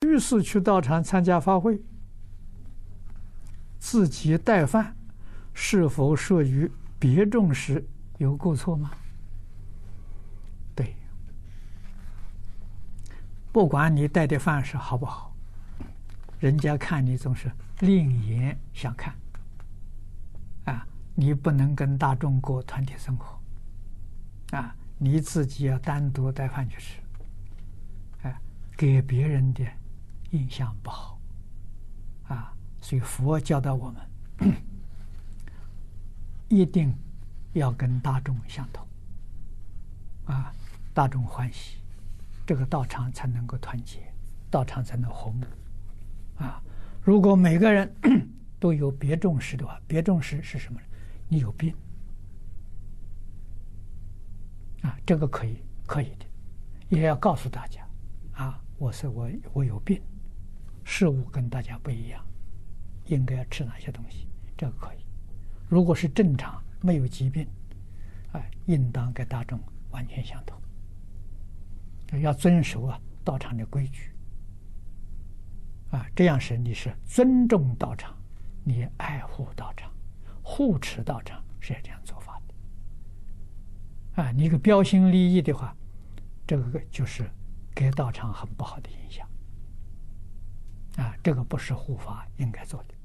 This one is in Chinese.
居士去道场参加法会，自己带饭，是否摄于别众时有过错吗？对，不管你带的饭是好不好，人家看你总是另眼相看啊！你不能跟大众过团体生活啊！你自己要单独带饭去吃，给别人的印象不好啊！所以佛教导我们一定要跟大众相同啊，大众欢喜，这个道场才能够团结，道场才能和睦啊！如果每个人都有别重视的话，别重视是什么呢？你有病啊，这个可以的，也要告诉大家啊，我有病，事物跟大家不一样，应该要吃哪些东西，这个可以。如果是正常没有疾病，应当跟大众完全相同，要遵守道场的规矩这样是你是尊重道场，你爱护道场，护持道场，是要这样做法的你一个标新立异的话，这个就是给道场很不好的影响这个不是护法应该做的。